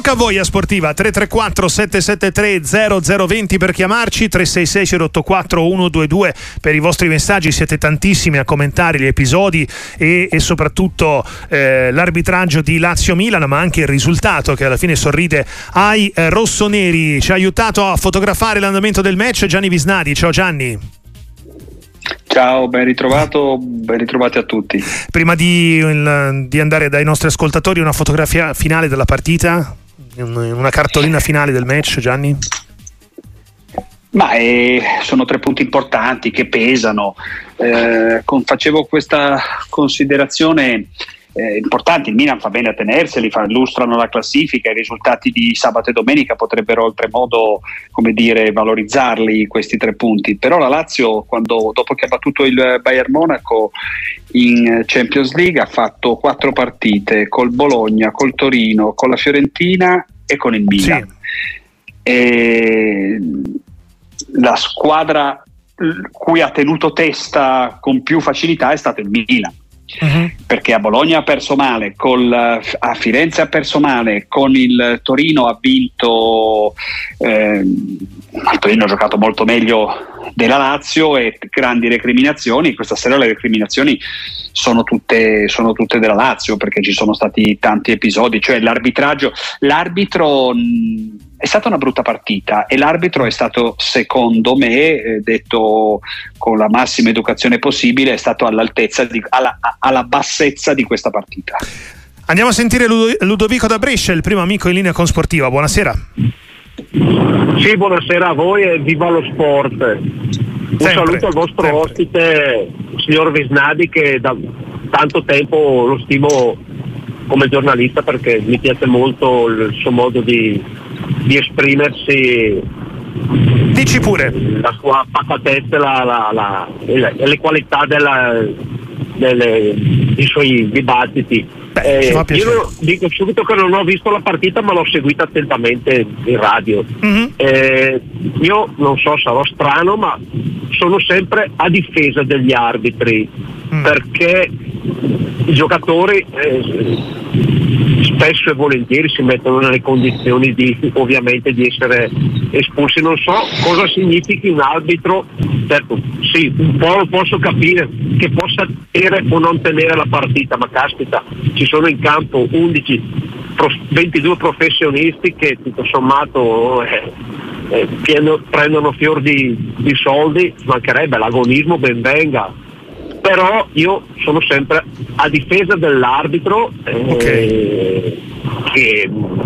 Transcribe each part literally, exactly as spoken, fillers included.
Tocca a voi a Sportiva. Tre tre quattro sette sette tre zero zero due zero per chiamarci, tre sei sei zero otto quattro uno due due per i vostri messaggi. Siete tantissimi a commentare gli episodi e, e soprattutto eh, l'arbitraggio di Lazio-Milan, ma anche il risultato che alla fine sorride ai eh, rossoneri. Ci ha aiutato a fotografare l'andamento del match Gianni Visnadi. Ciao Gianni. Ciao, ben ritrovato, ben ritrovati a tutti. Prima di, il, di andare dai nostri ascoltatori, una fotografia finale della partita, una cartolina finale del match, Gianni? Ma eh, sono tre punti importanti che pesano. Eh, con, facevo questa considerazione eh, importante. Il Milan fa bene a tenerseli, fa, illustrano la classifica. I risultati di sabato e domenica potrebbero oltremodo, come dire, valorizzarli questi tre punti. Però la Lazio, quando, dopo che ha battuto il Bayern Monaco in Champions League, ha fatto quattro partite col Bologna, col Torino, con la Fiorentina e con il Milan. Sì. E la squadra cui ha tenuto testa con più facilità è stato il Milan. Uh-huh. Perché a Bologna ha perso male, col, a Firenze ha perso male, con il Torino ha vinto, eh, il Torino ha giocato molto meglio della Lazio e grandi recriminazioni. Questa sera le recriminazioni sono tutte, sono tutte della Lazio, perché ci sono stati tanti episodi, cioè l'arbitraggio, l'arbitro mh, è stata una brutta partita e l'arbitro è stato, secondo me, eh, detto con la massima educazione possibile, è stato all'altezza di, alla, alla bassezza di questa partita. Andiamo a sentire Ludovico da Brescia, il primo amico in linea con Sportiva. Buonasera. Sì, buonasera a voi e viva lo sport. Un sempre, saluto al vostro sempre. ospite, signor Visnadi, che da tanto tempo lo stimo come giornalista, perché mi piace molto il suo modo di, di esprimersi. Dici pure. La sua pacatezza, la, la, la, le, le qualità della, delle, dei suoi dibattiti. Beh, eh, io dico subito che non ho visto la partita, ma l'ho seguita attentamente in radio. Mm-hmm. eh, io non so, sarò strano, ma sono sempre a difesa degli arbitri, mm. perché i giocatori eh, spesso e volentieri si mettono nelle condizioni di, ovviamente, di essere espulsi. Non so cosa significhi un arbitro. Certo, sì, un po' lo posso capire che possa tenere o non tenere la partita, ma caspita, ci sono in campo undici, ventidue professionisti che tutto sommato eh, eh, pieno, prendono fior di, di soldi, mancherebbe, l'agonismo ben venga. Però io sono sempre a difesa dell'arbitro, eh, okay. che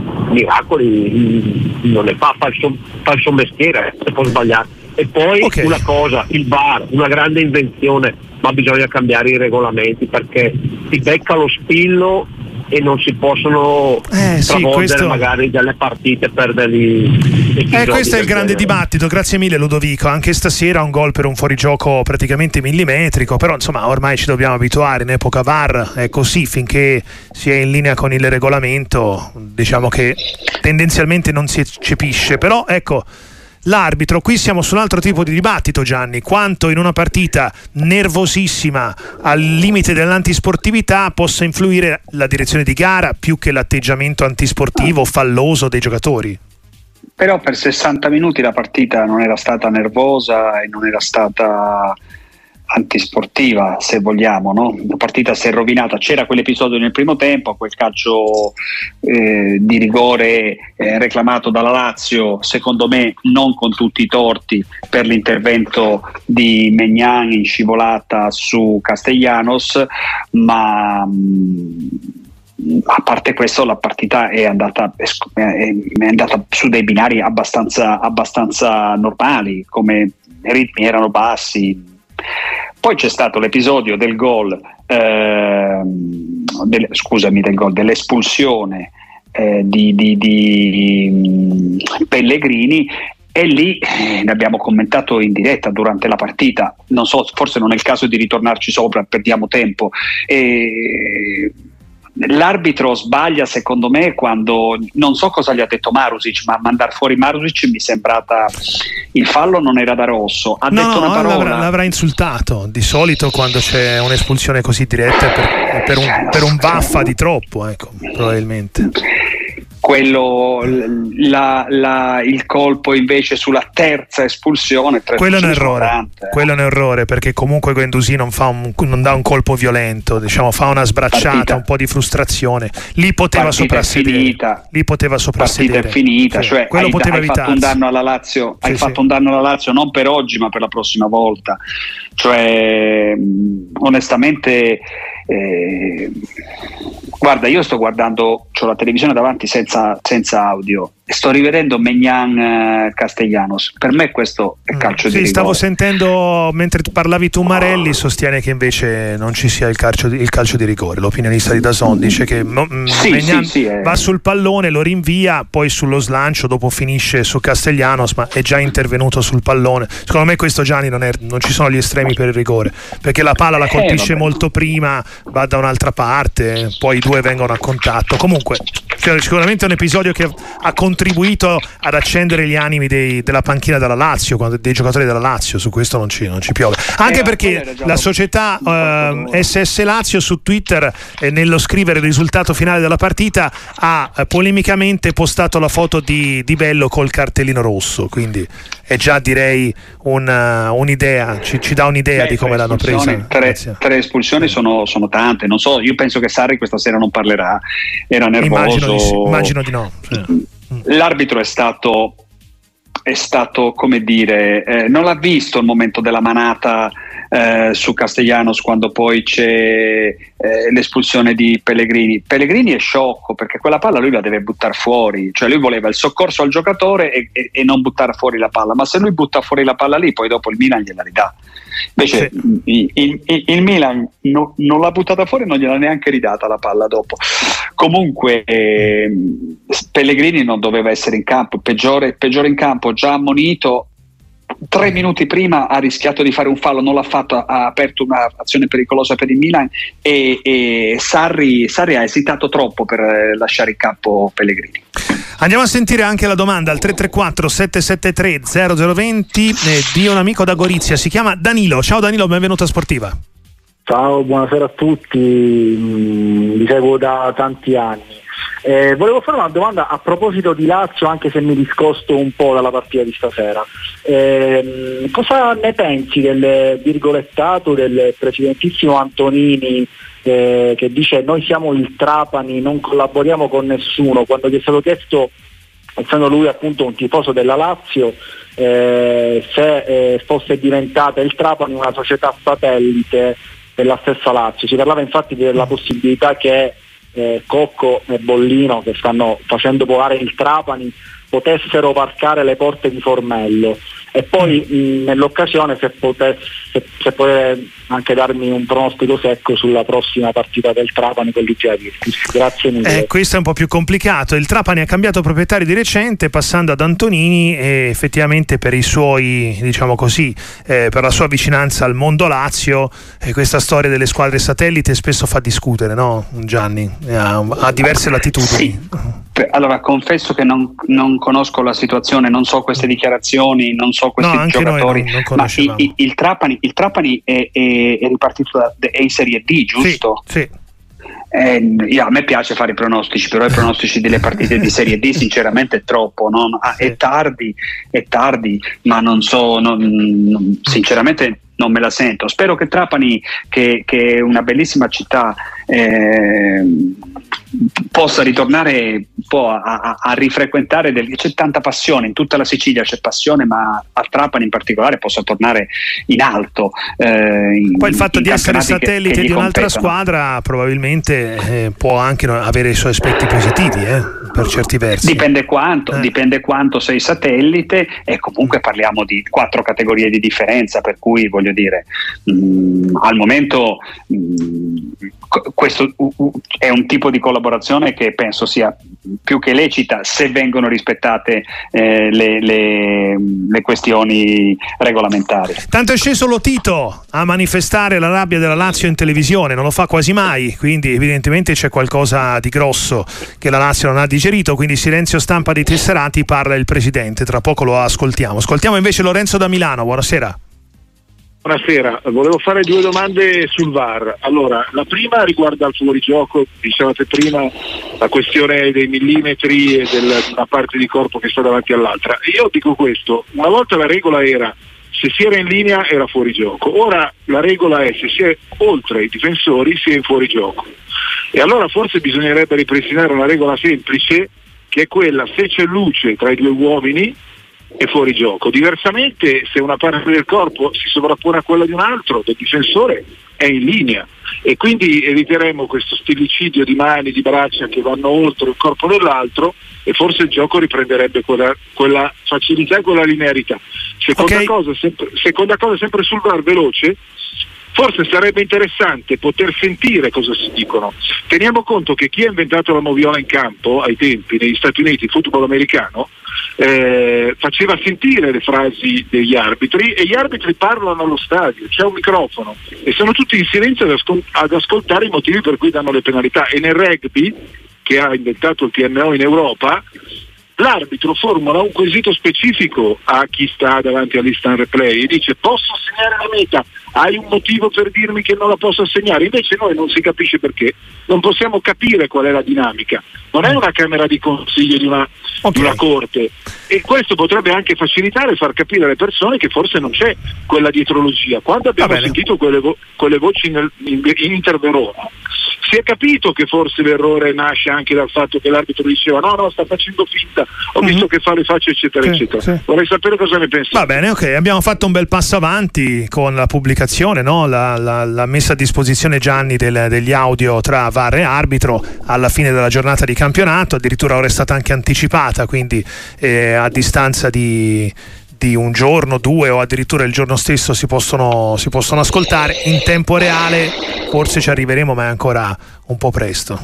miracoli non ne fa, fa il suo, fa il suo mestiere, se può sbagliare. E poi okay. una cosa, il V A R, una grande invenzione, ma bisogna cambiare i regolamenti, perché si becca lo spillo e non si possono eh, sì, questo... magari delle partite per degli eh, questo è il grande genere. Dibattito. Grazie mille Ludovico. Anche stasera un gol per un fuorigioco praticamente millimetrico, però insomma ormai ci dobbiamo abituare, in epoca V A R è così, finché si è in linea con il regolamento diciamo che tendenzialmente non si eccepisce. Però ecco, l'arbitro, qui siamo su un altro tipo di dibattito, Gianni, quanto in una partita nervosissima al limite dell'antisportività possa influire la direzione di gara più che l'atteggiamento antisportivo falloso dei giocatori. Però per sessanta minuti la partita non era stata nervosa e non era stata antisportiva, se vogliamo, no? La partita si è rovinata. C'era quell'episodio nel primo tempo, quel calcio eh, di rigore eh, reclamato dalla Lazio, secondo me non con tutti i torti, per l'intervento di Maignan in scivolata su Castellanos, ma mh, a parte questo la partita è andata, è andata su dei binari abbastanza, abbastanza normali, come i ritmi erano bassi. Poi c'è stato l'episodio del gol, eh, del, scusami, del gol, dell'espulsione eh, di, di, di Pellegrini, e lì eh, ne abbiamo commentato in diretta durante la partita. Non so, forse non è il caso di ritornarci sopra, perdiamo tempo. E l'arbitro sbaglia secondo me quando, non so cosa gli ha detto Marusic, ma mandar fuori Marusic mi è sembrata, il fallo non era da rosso, ha no, detto una parola, l'avrà, l'avrà insultato. Di solito quando c'è un'espulsione così diretta è per, è per, un, per un vaffa di troppo, ecco, probabilmente. quello la, la, il colpo invece sulla terza espulsione, quello è un errore, quello è un errore perché comunque Guendouzi non, fa un, non dà un colpo violento, diciamo, fa una sbracciata, partita, un po' di frustrazione, lì poteva soprassedere, finita, lì poteva soprassedere, partita è finita, sì, cioè quello hai, poteva hai fatto un danno alla Lazio, sì, hai sì. fatto un danno alla Lazio non per oggi ma per la prossima volta, cioè onestamente eh, guarda, io sto guardando, c'ho la televisione davanti senza, senza audio e sto rivedendo Maignan eh, Castellanos. Per me questo è calcio mm, di sì, rigore. Stavo sentendo mentre parlavi tu, Marelli sostiene che invece non ci sia il calcio di, il calcio di rigore. L'opinionista di D A Z N dice che mm, sì, Maignan sì, sì, è... va sul pallone, lo rinvia, poi sullo slancio dopo finisce su Castellanos, ma è già intervenuto sul pallone. Secondo me questo, Gianni, non, è, non ci sono gli estremi per il rigore, perché la palla la colpisce eh, molto prima, va da un'altra parte, poi i due vengono a contatto. Comunque cioè, sicuramente è un episodio che ha contribuito ad accendere gli animi dei, della panchina della Lazio, dei giocatori della Lazio, su questo non ci, non ci piove, anche eh, perché la società eh, S S Lazio su Twitter eh, nello scrivere il risultato finale della partita ha eh, polemicamente postato la foto di, di Bello col cartellino rosso, quindi è già, direi, una, un'idea, ci, ci dà un'idea Beh, di come l'hanno presa. Tre, tre espulsioni sono, sono tante, non so, io penso che Sarri questa sera non parlerà, era nervoso. Immagino di, sì, immagino di no. Sì. L'arbitro è stato, è stato come dire, eh, non l'ha visto il momento della manata eh, su Castellanos quando poi c'è eh, l'espulsione di Pellegrini. Pellegrini è sciocco perché quella palla lui la deve buttare fuori, cioè lui voleva il soccorso al giocatore e, e, e non buttare fuori la palla, ma se lui butta fuori la palla lì poi dopo il Milan gliela ridà. Invece sì. il, il, il Milan no, non l'ha buttata fuori, non gliel'ha neanche ridata la palla dopo. Comunque eh, Pellegrini non doveva essere in campo, peggiore, peggiore in campo, già ammonito. Tre minuti prima ha rischiato di fare un fallo, non l'ha fatto, ha aperto un'azione pericolosa per il Milan e, e Sarri, Sarri ha esitato troppo per lasciare in campo Pellegrini. Andiamo a sentire anche la domanda al tre tre quattro sette sette tre zero zero due zero eh, di un amico da Gorizia, si chiama Danilo. Ciao Danilo, benvenuto a Sportiva. Ciao, buonasera a tutti, vi seguo da tanti anni. Eh, volevo fare una domanda a proposito di Lazio, anche se mi discosto un po' dalla partita di stasera. Eh, cosa ne pensi del virgolettato del presidentissimo Antonini eh, che dice noi siamo il Trapani, non collaboriamo con nessuno, quando gli è stato chiesto, essendo lui appunto un tifoso della Lazio, eh, se eh, fosse diventata il Trapani una società satellite della stessa Lazio. Si parlava infatti della possibilità che eh, Cocco e Bollino, che stanno facendo volare il Trapani, potessero varcare le porte di Formello. E poi mh, nell'occasione se potesse, se, se potete anche darmi un pronostico secco sulla prossima partita del Trapani con l'I G A. Grazie mille. Eh, questo è un po' più complicato. Il Trapani ha cambiato proprietario di recente, passando ad Antonini, e effettivamente per i suoi, diciamo così, eh, per la sua vicinanza al mondo Lazio, eh, questa storia delle squadre satellite spesso fa discutere, no Gianni? Ha, ha diverse latitudini. Sì. Allora, confesso che non, non conosco la situazione, non so queste dichiarazioni, non so questi no, giocatori, non, non ma il, il, il Trapani, il Trapani è, è, è ripartito da, è in Serie D, giusto? Sì, sì. Eh, io, a me piace fare i pronostici, però i pronostici delle partite di Serie D sinceramente è troppo, no? Ah, è tardi, è tardi, ma non so, non, non, sinceramente non me la sento. Spero che Trapani, che, che è una bellissima città, eh, possa ritornare un po' a, a, a rifrequentare del, c'è tanta passione in tutta la Sicilia, c'è passione, ma a Trapani in particolare possa tornare in alto. Eh, in, poi il fatto di essere satellite che, che di un'altra competono. Squadra probabilmente eh, può anche avere i suoi aspetti positivi, eh, per certi versi. Dipende quanto, eh. dipende quanto sei satellite, e comunque parliamo di quattro categorie di differenza, per cui voglio dire, mh, al momento mh, questo uh, è un tipo di collaborazione che penso sia più che lecita se vengono rispettate eh, le, le, le questioni regolamentari. Tanto è sceso Lotito a manifestare la rabbia della Lazio in televisione, non lo fa quasi mai, quindi evidentemente c'è qualcosa di grosso che la Lazio non ha digerito, quindi silenzio stampa dei tesserati, parla il presidente, tra poco lo ascoltiamo. Ascoltiamo invece Lorenzo da Milano, buonasera. Buonasera, volevo fare due domande sul V A R. Allora, la prima riguarda il fuorigioco, dicevate prima la questione dei millimetri e del, di una parte di corpo che sta davanti all'altra. Io dico questo, una volta la regola era se si era in linea era fuorigioco, ora la regola è se si è oltre i difensori si è in fuorigioco. E allora forse bisognerebbe ripristinare una regola semplice, che è quella: se c'è luce tra i due uomini è fuori gioco. Diversamente, se una parte del corpo si sovrappone a quella di un altro, del difensore è in linea, e quindi eviteremo questo stillicidio di mani, di braccia che vanno oltre il corpo dell'altro, e forse il gioco riprenderebbe quella, quella facilità e quella linearità. Seconda, okay. cosa, sempre, seconda cosa sempre sul V A R veloce, forse sarebbe interessante poter sentire cosa si dicono. Teniamo conto che chi ha inventato la moviola in campo ai tempi negli Stati Uniti, il football americano, eh, faceva sentire le frasi degli arbitri, e gli arbitri parlano allo stadio, c'è un microfono e sono tutti in silenzio ad, ascol- ad ascoltare i motivi per cui danno le penalità. E nel rugby, che ha inventato il T M O in Europa, l'arbitro formula un quesito specifico a chi sta davanti all'instant replay e dice: posso segnare la meta? Hai un motivo per dirmi che non la posso assegnare? Invece noi non si capisce perché, non possiamo capire qual è la dinamica. Non è una camera di consiglio di una, okay. di una corte, e questo potrebbe anche facilitare e far capire alle persone che forse non c'è quella dietrologia. Quando abbiamo sentito quelle, vo- quelle voci nel, in, in Inter Verona, si è capito che forse l'errore nasce anche dal fatto che l'arbitro diceva no no sta facendo finta, ho mm-hmm. visto che fa le facce eccetera sì, eccetera sì. Vorrei sapere cosa ne pensate. Va bene, ok, abbiamo fatto un bel passo avanti con la pubblicazione, no? la, la, la messa a disposizione, Gianni, del, degli audio tra V A R e arbitro alla fine della giornata di campionato. Addirittura ora è stata anche anticipata, quindi eh, a distanza di di un giorno, due o addirittura il giorno stesso si possono, si possono ascoltare in tempo reale. Forse ci arriveremo, ma è ancora un po' presto.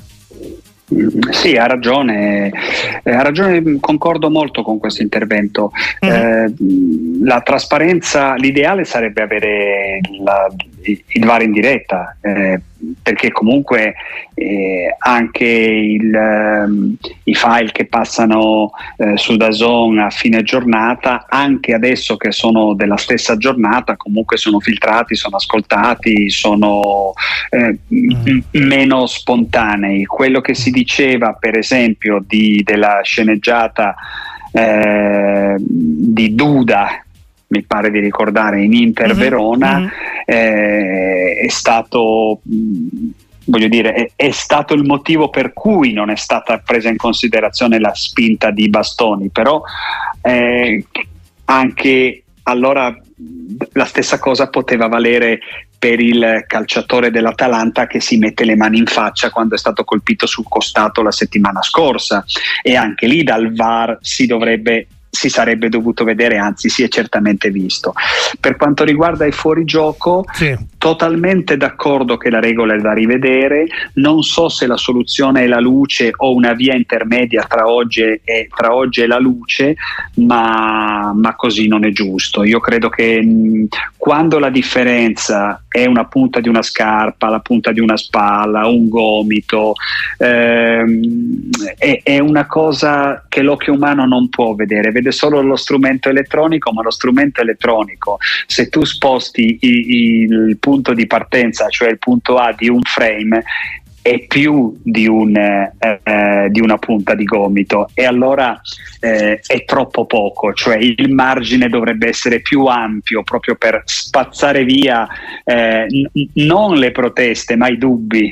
Sì, ha ragione, eh, ha ragione, concordo molto con questo intervento. Mm-hmm. Eh, la trasparenza, l'ideale sarebbe avere la, il V A R in diretta, eh, perché comunque eh, anche il, um, i file che passano eh, su DAZN a fine giornata, anche adesso che sono della stessa giornata, comunque sono filtrati, sono ascoltati, sono eh, mm. m- meno spontanei. Quello che si diceva per esempio di, della sceneggiata eh, di Duda, mi pare di ricordare, in Inter mm-hmm. Verona, mm-hmm. Eh, è stato voglio dire è, è stato il motivo per cui non è stata presa in considerazione la spinta di Bastoni, però eh, anche allora la stessa cosa poteva valere per il calciatore dell'Atalanta che si mette le mani in faccia quando è stato colpito sul costato la settimana scorsa, e anche lì dal V A R si dovrebbe si sarebbe dovuto vedere, anzi si è certamente visto. Per quanto riguarda i fuorigioco, sì. totalmente d'accordo che la regola è da rivedere. Non so se la soluzione è la luce o una via intermedia tra oggi e, tra oggi e la luce, ma, ma così non è giusto. Io credo che mh, quando la differenza è una punta di una scarpa, la punta di una spalla, un gomito, ehm, è, è una cosa che l'occhio umano non può vedere, vede solo lo strumento elettronico, ma lo strumento elettronico, se tu sposti i, i, il punto di partenza, cioè il punto A di un frame, è più di, un, eh, di una punta di gomito, e allora eh, è troppo poco, cioè il margine dovrebbe essere più ampio proprio per spazzare via eh, n- non le proteste ma i dubbi.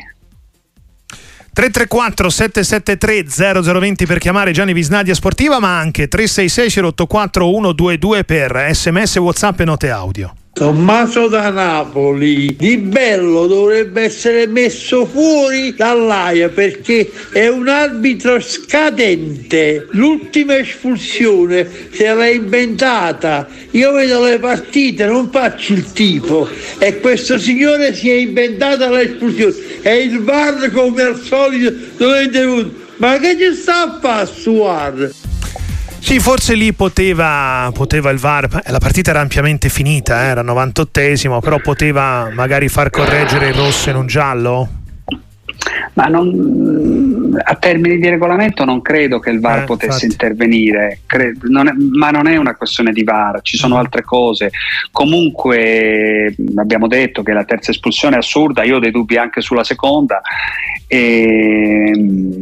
tre tre quattro sette sette tre zero zero due zero per chiamare Gianni Visnadia Sportiva, ma anche tre sei sei zero otto quattro uno due due per sms, WhatsApp e note audio. Tommaso da Napoli, Di Bello dovrebbe essere messo fuori dall'Aia perché è un arbitro scadente. L'ultima espulsione se l'ha inventata. Io vedo le partite, non faccio il tifo, e questo signore si è inventata l'espulsione, e il V A R come al solito non è dovuto. Ma che ci sta a fare su V A R? Sì, forse lì poteva, poteva il V A R, la partita era ampiamente finita, eh, era novantottesimo, però poteva magari far correggere il rosso in un giallo? Ma non, a termini di regolamento non credo che il V A R eh, potesse infatti. intervenire, credo, non è, ma non è una questione di V A R, ci sono Mm. altre cose. Comunque abbiamo detto che la terza espulsione è assurda, io ho dei dubbi anche sulla seconda, e,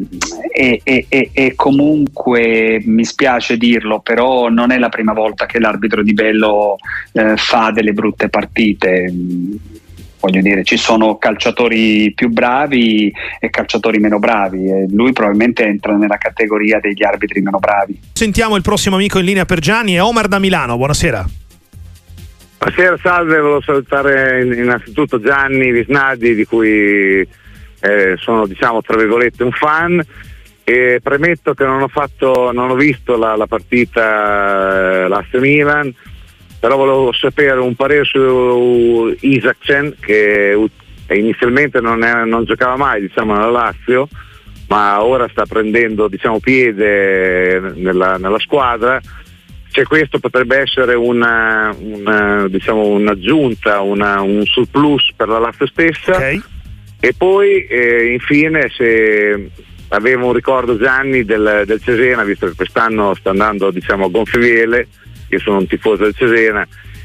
e, e, e, e comunque mi spiace dirlo, però non è la prima volta che l'arbitro Di Bello eh, fa delle brutte partite. Voglio dire, ci sono calciatori più bravi e calciatori meno bravi, e lui probabilmente entra nella categoria degli arbitri meno bravi. Sentiamo il prossimo amico in linea per Gianni, è Omar da Milano, buonasera. Buonasera, salve, volevo salutare innanzitutto Gianni Visnadi, di cui eh, sono, diciamo, tra virgolette un fan, e premetto che non ho fatto, non ho visto la, la partita eh, Lazio Milan, però volevo sapere un parere su Isaksen, che inizialmente non, è, non giocava mai, diciamo, nella Lazio, ma ora sta prendendo, diciamo, piede nella, nella squadra. Se questo potrebbe essere una, una, diciamo, un'aggiunta, una, un surplus per la Lazio stessa. Okay. E poi eh, infine, se avevo un ricordo, Gianni, del, del Cesena, visto che quest'anno sta andando, diciamo, a gonfie vele. Io sono un tifoso del Cesena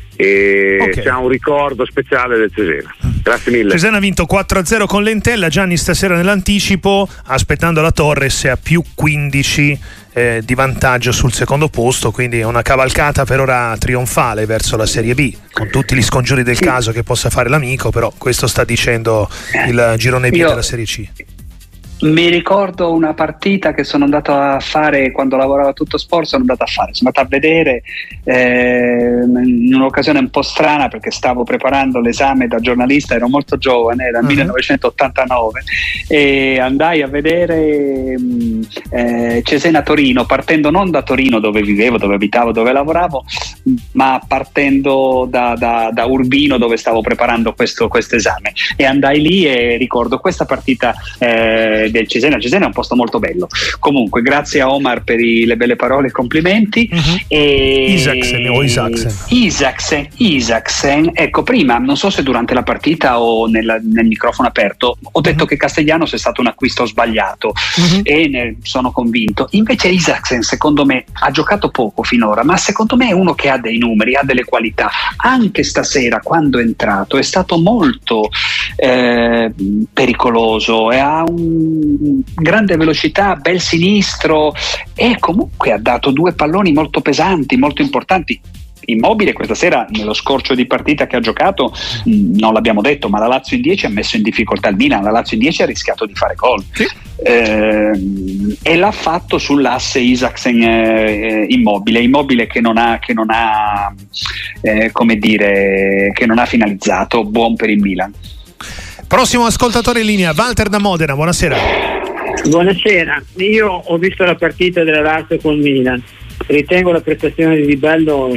e okay. c'è un ricordo speciale del Cesena. Grazie mille. Cesena ha vinto quattro a zero con l'Entella. Gianni stasera nell'anticipo, aspettando la Torres, è a più quindici eh, di vantaggio sul secondo posto, quindi è una cavalcata per ora trionfale verso la Serie B, con tutti gli scongiuri del sì. caso che possa fare l'amico, però questo sta dicendo il girone B Io... della Serie C. Mi ricordo una partita che sono andato a fare quando lavoravo a Tutto Sport, sono andato a fare, sono andato a vedere eh, in un'occasione un po' strana, perché stavo preparando l'esame da giornalista, ero molto giovane, era uh-huh. millenovecentottantanove, e andai a vedere eh, Cesena-Torino, partendo non da Torino dove vivevo, dove abitavo, dove lavoravo, ma partendo da, da, da Urbino, dove stavo preparando questo esame, e andai lì e ricordo questa partita eh, del Cesena. Cesena è un posto molto bello. Comunque, grazie a Omar per i, le belle parole e complimenti. Uh-huh. E... Isaksen o Isaksen. Isaksen, Isaksen. Ecco, prima, non so se durante la partita o nella, nel microfono aperto, ho detto uh-huh. che Castellanos è stato un acquisto sbagliato, uh-huh. e ne sono convinto. Invece Isaksen, secondo me, ha giocato poco finora, ma secondo me è uno che ha dei numeri, ha delle qualità. Anche stasera, quando è entrato, è stato molto eh, pericoloso e ha un grande velocità, bel sinistro, e comunque ha dato due palloni molto pesanti, molto importanti. Immobile questa sera, nello scorcio di partita che ha giocato, mh, non l'abbiamo detto, ma la Lazio in dieci ha messo in difficoltà il Milan, la Lazio in dieci ha rischiato di fare gol, sì. eh, e l'ha fatto sull'asse Isaksen eh, Immobile Immobile che non ha, che non ha eh, come dire, che non ha finalizzato. Buon per il Milan. Prossimo ascoltatore in linea, Walter da Modena, buonasera. Buonasera, io ho visto la partita della Lazio con Milan, ritengo la prestazione di Di Bello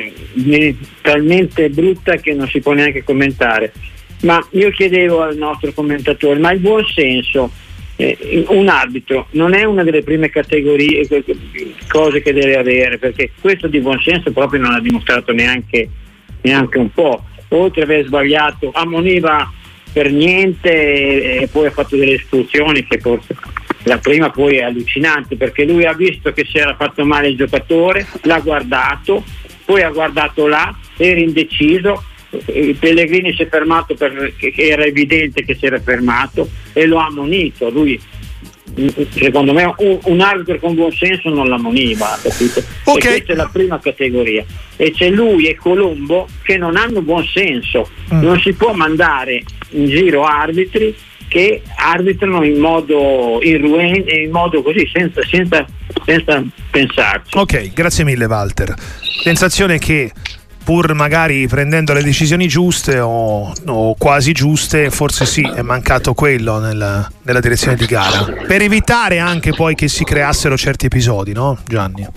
talmente brutta che non si può neanche commentare, ma io chiedevo al nostro commentatore, ma il buon senso, eh, un arbitro non è una delle prime categorie, cose che deve avere, perché questo di buon senso proprio non ha dimostrato neanche, neanche un po', oltre ad aver sbagliato, ammoniva per niente e poi ha fatto delle espulsioni che forse la prima poi è allucinante, perché lui ha visto che si era fatto male il giocatore, l'ha guardato, poi ha guardato là, era indeciso, Pellegrini si è fermato perché era evidente che si era fermato e lo ha ammonito. Lui, secondo me, un, un arbitro con buon senso non l'ammoniva, capito? Okay. E questa è la prima categoria, e c'è lui e Colombo che non hanno buon senso. mm. Non si può mandare in giro arbitri che arbitrano in modo irruente, in modo così, senza, senza, senza pensarci. Ok, grazie mille Walter. Sensazione che pur magari prendendo le decisioni giuste o, o quasi giuste, forse sì, è mancato quello nella, nella direzione di gara, per evitare anche poi che si creassero certi episodi, no Gianni?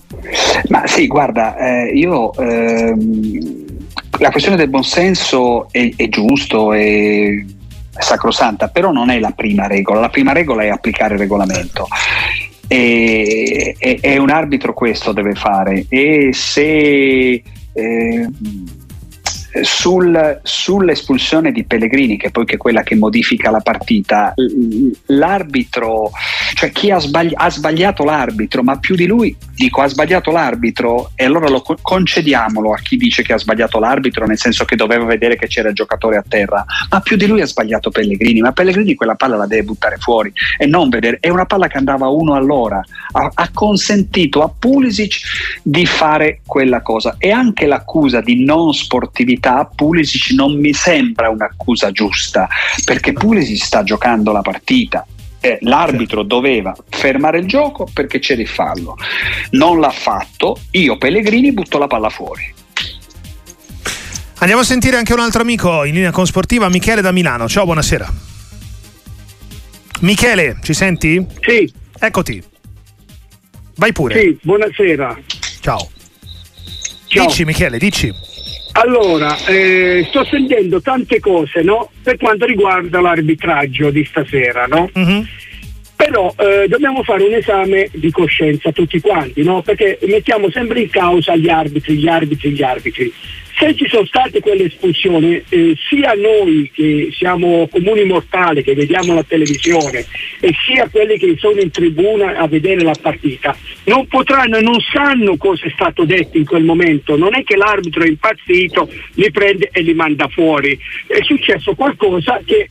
Ma sì, guarda, eh, io ehm, la questione del buonsenso è, è giusto, è sacrosanta, però non è la prima regola. La prima regola è applicare il regolamento, e, e, e un arbitro questo deve fare, e se eh, sul, sull'espulsione di Pellegrini, che poi che è quella che modifica la partita, l'arbitro, cioè chi ha, sbagli- ha sbagliato l'arbitro, ma più di lui dico ha sbagliato l'arbitro, e allora lo concediamolo a chi dice che ha sbagliato l'arbitro, nel senso che doveva vedere che c'era il giocatore a terra, ma più di lui ha sbagliato Pellegrini. Ma Pellegrini quella palla la deve buttare fuori e non vedere, è una palla che andava uno all'ora, ha, ha consentito a Pulisic di fare quella cosa. E anche l'accusa di non sportività a Pulisic non mi sembra un'accusa giusta, perché Pulisic sta giocando la partita. Eh, l'arbitro doveva fermare il gioco perché c'era il fallo, non l'ha fatto. Io Pellegrini butto la palla fuori. Andiamo a sentire anche un altro amico in linea con Sportiva, Michele da Milano. Ciao, buonasera. Michele, ci senti? Sì. Eccoti. Vai pure. Sì, buonasera. Ciao. Ciao. Dici Michele, dici. Allora, eh, sto sentendo tante cose, no? Per quanto riguarda l'arbitraggio di stasera, no? Mm-hmm. Però eh, dobbiamo fare un esame di coscienza tutti quanti, no? Perché mettiamo sempre in causa gli arbitri, gli arbitri, gli arbitri. Se ci sono state quelle espulsioni, eh, sia noi che siamo comuni mortali, che vediamo la televisione, e sia quelli che sono in tribuna a vedere la partita, non potranno, non sanno cosa è stato detto in quel momento. Non è che l'arbitro è impazzito, li prende e li manda fuori. È successo qualcosa che...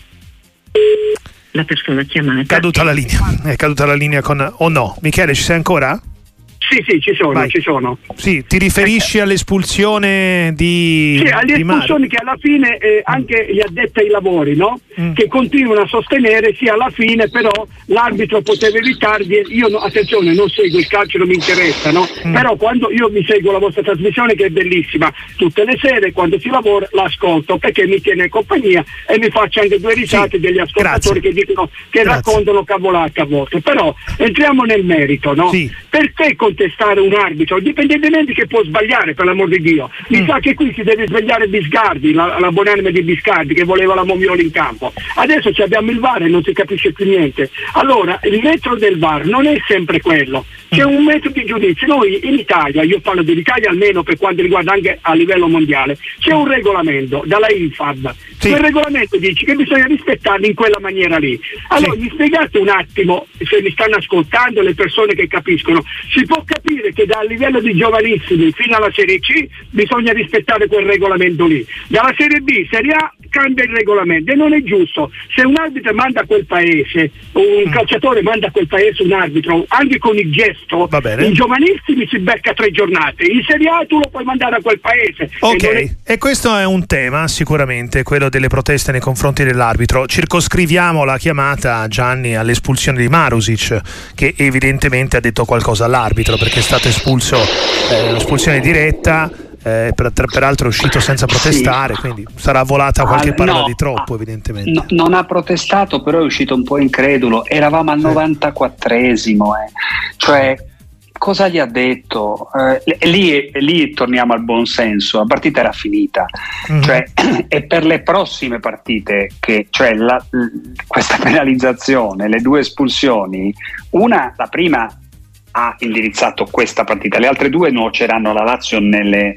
La persona chiamata... È caduta la linea, è caduta la linea con... O oh no? Michele, ci sei ancora? Sì, sì, ci sono, Vai. ci sono. Sì, ti riferisci all'espulsione di Sì, alle di espulsioni che alla fine eh, anche gli addetti ai lavori, no? Mm. Che continuano a sostenere, sì, alla fine però l'arbitro poteva evitarli. Io, no, attenzione, non seguo il calcio, non mi interessa, no? Mm. Però quando io mi seguo la vostra trasmissione, che è bellissima, tutte le sere quando si lavora l'ascolto, perché mi tiene in compagnia e mi faccio anche due risate, sì, degli ascoltatori, grazie, che dicono, che grazie, raccontano cavolate a volte. Però entriamo nel merito, no? Sì. Perché contestare un arbitro, indipendentemente che può sbagliare, per l'amor di Dio? Mi mm. sa che qui si deve svegliare Biscardi, la, la buonanima di Biscardi, che voleva la Momioli in campo. Adesso ci abbiamo il V A R e non si capisce più niente. Allora il metro del V A R non è sempre quello, c'è un metro di giudizio. Noi in Italia, io parlo dell'Italia almeno per quanto riguarda anche a livello mondiale, c'è un regolamento dalla Infab. Sì. Quel regolamento dice che bisogna rispettarli in quella maniera lì. Allora, sì, mi spiegate un attimo, se mi stanno ascoltando le persone che capiscono, si può capire che dal livello di giovanissimi fino alla Serie C bisogna rispettare quel regolamento lì. Dalla Serie B, Serie A cambia il regolamento e non è giusto. Se un arbitro manda a quel paese, un mm. calciatore manda a quel paese un arbitro, anche con il gesto, in giovanissimi si becca tre giornate, in Serie A tu lo puoi mandare a quel paese. Ok, e, è... e questo è un tema sicuramente, quello delle proteste nei confronti dell'arbitro. Circoscriviamo la chiamata, Gianni, all'espulsione di Marusic, che evidentemente ha detto qualcosa all'arbitro, perché è stato espulso, eh, l'espulsione diretta. Eh, per, peraltro è uscito senza protestare, sì, quindi sarà volata qualche ah, parola no, di troppo, evidentemente. No, non ha protestato, però è uscito un po' incredulo. Eravamo al sì. novantaquattresimo, eh. Cioè, cosa gli ha detto? Eh, lì, lì torniamo al buon senso. La partita era finita, mm-hmm. cioè, e per le prossime partite, che, cioè la, questa penalizzazione, le due espulsioni, una, la prima ha indirizzato questa partita, le altre due nuoceranno la Lazio nelle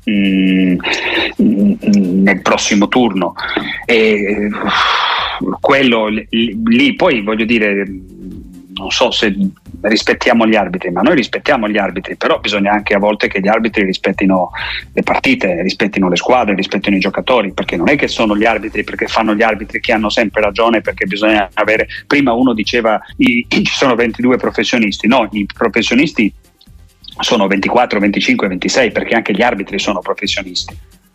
Mm, nel prossimo turno, e quello lì, poi voglio dire, non so se rispettiamo gli arbitri, ma noi rispettiamo gli arbitri, però bisogna anche a volte che gli arbitri rispettino le partite, rispettino le squadre, rispettino i giocatori, perché non è che sono gli arbitri perché fanno gli arbitri che hanno sempre ragione, perché bisogna avere, prima uno diceva i, ci sono ventidue professionisti, no, i professionisti sono ventiquattro, venticinque, ventisei, perché anche gli arbitri sono professionisti.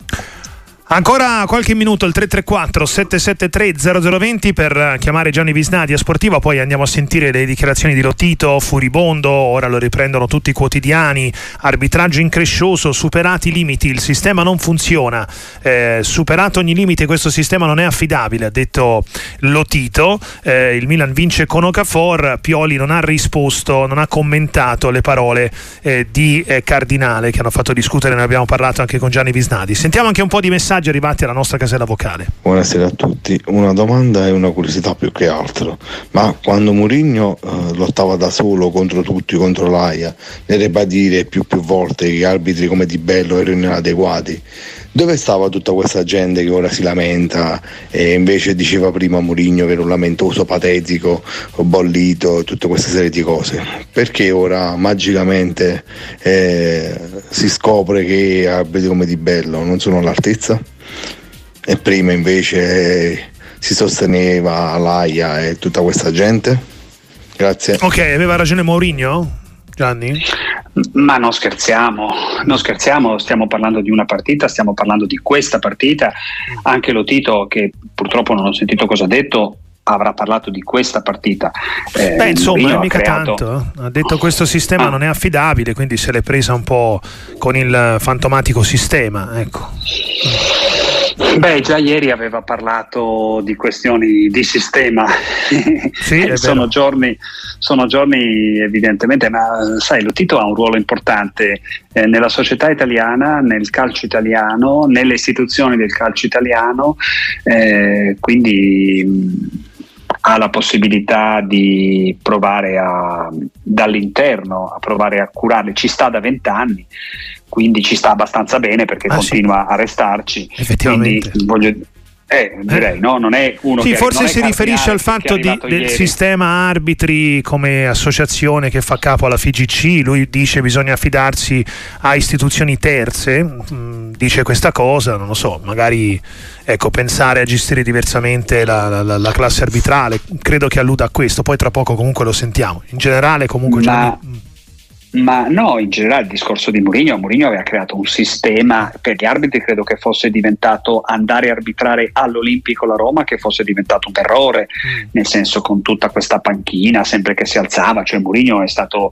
Ancora qualche minuto, il tre tre quattro sette sette tre zero zero due zero per chiamare Gianni Visnadi a Sportiva, poi andiamo a sentire le dichiarazioni di Lotito, furibondo, ora lo riprendono tutti i quotidiani, arbitraggio increscioso, superati i limiti, il sistema non funziona, eh, superato ogni limite questo sistema non è affidabile, ha detto Lotito, eh, il Milan vince con Okafor, Pioli non ha risposto, non ha commentato le parole eh, di eh, Cardinale che hanno fatto discutere, ne abbiamo parlato anche con Gianni Visnadi. Sentiamo anche un po' di messaggi arrivati alla nostra casella vocale. Buonasera a tutti, una domanda e una curiosità più che altro, ma quando Mourinho eh, lottava da solo contro tutti, contro l'Aia, nel ribadire più più volte che gli arbitri come Di Bello erano inadeguati, Dove stava tutta questa gente che ora si lamenta e invece diceva prima Mourinho che era un lamentoso patetico, bollito, tutta questa serie di cose? Perché ora magicamente eh, si scopre che arbitri come Di Bello non sono all'altezza? E prima invece eh, si sosteneva l'Aia e tutta questa gente? Grazie. Ok, aveva ragione Mourinho, Gianni? Ma non scherziamo, non scherziamo, stiamo parlando di una partita, stiamo parlando di questa partita. Anche Lotito, che purtroppo non ho sentito cosa ha detto, avrà parlato di questa partita. Eh, Beh, insomma, non è mica creato... tanto. Ha detto questo sistema ah. non è affidabile, quindi se l'è presa un po' con il fantomatico sistema, ecco. Beh, già ieri aveva parlato di questioni di sistema. Sì, sono giorni, sono giorni evidentemente, ma sai, Lotito ha un ruolo importante eh, nella società italiana, nel calcio italiano, nelle istituzioni del calcio italiano, eh, quindi mh, ha la possibilità di provare a, dall'interno a provare a curarle. Ci sta da vent'anni, quindi ci sta abbastanza bene perché ah, continua sì. a restarci. Effettivamente. Quindi voglio eh, direi, eh. no, non è uno sì, che forse non si riferisce al fatto di, del ieri. sistema arbitri come associazione che fa capo alla F I G C. Lui dice che bisogna affidarsi a istituzioni terze, mm, dice questa cosa, non lo so, magari ecco, pensare a gestire diversamente la, la, la classe arbitrale, credo che alluda a questo, poi tra poco comunque lo sentiamo. In generale comunque Ma... già... Ma no, in generale il discorso di Mourinho, Mourinho aveva creato un sistema per gli arbitri, credo che fosse diventato andare a arbitrare all'Olimpico la Roma, che fosse diventato un errore, mm. nel senso con tutta questa panchina sempre che si alzava, cioè Mourinho è stato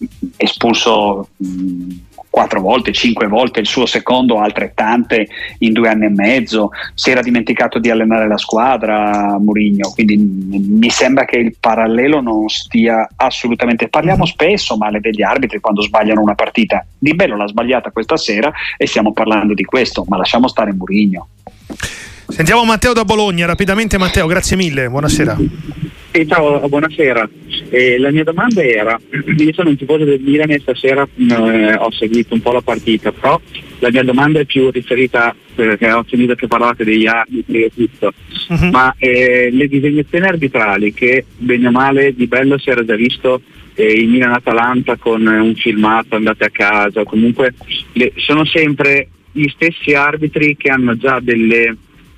espulso mh, quattro volte, cinque volte, il suo secondo altrettante in due anni e mezzo, si era dimenticato di allenare la squadra Mourinho, quindi mi sembra che il parallelo non stia assolutamente. Parliamo spesso male degli arbitri quando sbagliano una partita. Di Bello l'ha sbagliata questa sera e stiamo parlando di questo, ma lasciamo stare Mourinho. Sentiamo Matteo da Bologna, rapidamente Matteo, grazie mille, buonasera. Eh, ciao, buonasera. Eh, la mia domanda era, io sono un tifoso del Milan e stasera eh, ho seguito un po' la partita, però la mia domanda è più riferita, perché ho sentito che parlate degli arbitri e tutto, uh-huh. ma eh, le disegnazioni arbitrali che bene o male Di Bello si era già visto eh, in Milan-Atalanta con eh, un filmato, andate a casa, comunque le, sono sempre gli stessi arbitri che hanno già delle...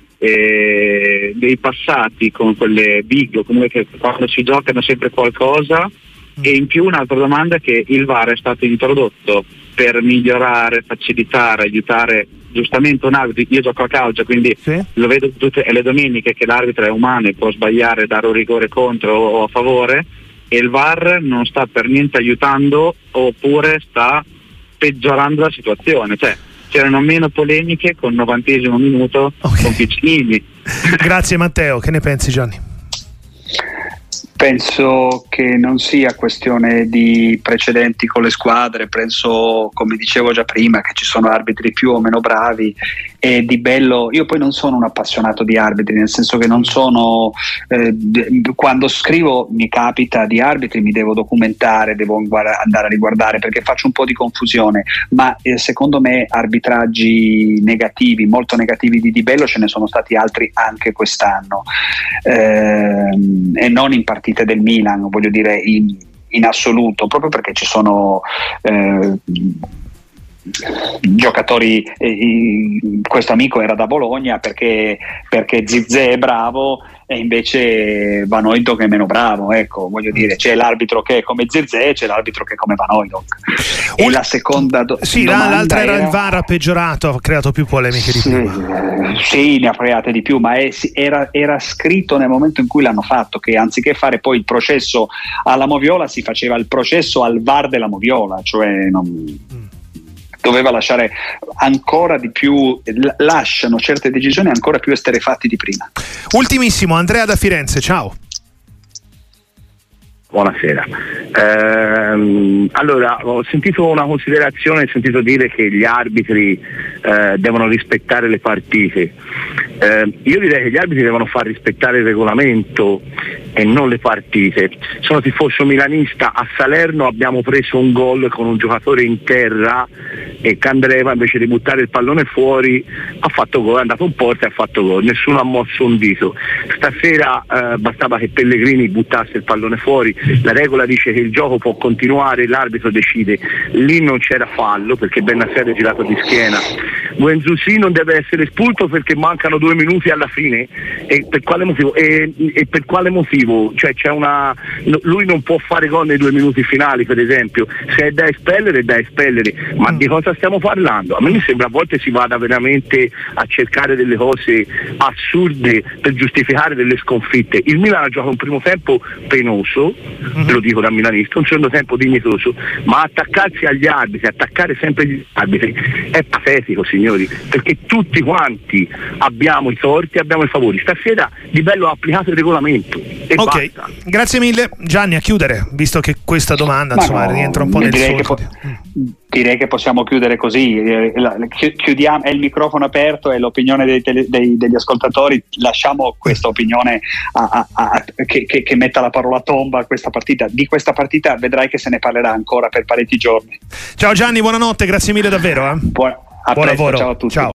Eh, dei passati con quelle big, o comunque che quando si giocano sempre qualcosa. E in più un'altra domanda è che il V A R è stato introdotto per migliorare, facilitare, aiutare giustamente un arbitro. Io gioco a calcio, quindi sì. lo vedo tutte le domeniche che l'arbitro è umano e può sbagliare, dare un rigore contro o a favore, e il V A R non sta per niente aiutando oppure sta peggiorando la situazione, cioè c'erano meno polemiche con novantesimo minuto okay. con Piccinini. Grazie Matteo, che ne pensi Gianni? Penso che non sia questione di precedenti con le squadre, penso, come dicevo già prima, che ci sono arbitri più o meno bravi, e Di Bello, io poi non sono un appassionato di arbitri, nel senso che non sono, eh, quando scrivo mi capita di arbitri, mi devo documentare, devo andare a riguardare perché faccio un po' di confusione, ma eh, secondo me arbitraggi negativi, molto negativi di Di Bello ce ne sono stati altri anche quest'anno, eh, e non in partita del Milan, voglio dire in, in assoluto, proprio perché ci sono eh, giocatori, eh, questo amico era da Bologna perché, perché Zizé è bravo e invece Van Hooijdonk è meno bravo, ecco, voglio dire, c'è l'arbitro che è come Zizé e c'è l'arbitro che è come Van Hooijdonk. E la seconda do- sì, l'altra era, era il V A R, ha peggiorato, ha creato più polemiche di sì, prima. Sì, ne ha create di più, ma è, era, era scritto nel momento in cui l'hanno fatto che anziché fare poi il processo alla Moviola si faceva il processo al V A R della Moviola, cioè non... Mm. doveva lasciare ancora di più, lasciano certe decisioni ancora più esterefatti di prima. Ultimissimo, Andrea da Firenze, ciao. Buonasera. Ehm, allora, ho sentito una considerazione, ho sentito dire che gli arbitri eh, devono rispettare le partite. Eh, io direi che gli arbitri devono far rispettare il regolamento e non le partite. Sono tifoso milanista, a Salerno abbiamo preso un gol con un giocatore in terra e Candreva invece di buttare il pallone fuori ha fatto gol, è andato in porta e ha fatto gol, nessuno ha mosso un dito. Stasera eh, bastava che Pellegrini buttasse il pallone fuori, la regola dice che il gioco può continuare, l'arbitro decide, lì non c'era fallo perché Bennacer è girato di schiena. Guendouzi non deve essere espulso perché mancano due minuti alla fine, e per quale motivo? E, e per quale motivo? Cioè c'è una, lui non può fare gol nei due minuti finali, per esempio, se è da espellere è da espellere, ma di cosa stiamo parlando? A me mi sembra a volte si vada veramente a cercare delle cose assurde per giustificare delle sconfitte. Il Milan ha giocato un primo tempo penoso, ve lo dico da milanista, un secondo tempo dignitoso, ma attaccarsi agli arbitri, attaccare sempre gli arbitri è patetico, signori, perché tutti quanti abbiamo i torti, abbiamo i favori. Stasera Di Bello ha applicato il regolamento e ok, basta. Grazie mille Gianni. A chiudere, visto che questa domanda Ma insomma no, rientra un po' nel direi che, solco. po- direi che possiamo chiudere così, eh, la- chi- chiudiamo, è il microfono aperto, è l'opinione dei tele- dei- degli ascoltatori, lasciamo questa opinione a, a, a, che, che, che metta la parola tomba a questa partita. Di questa partita vedrai che se ne parlerà ancora per parecchi giorni. Ciao Gianni, buonanotte, grazie mille davvero. Eh. Buon, a Buon presto, lavoro. ciao a tutti. Ciao.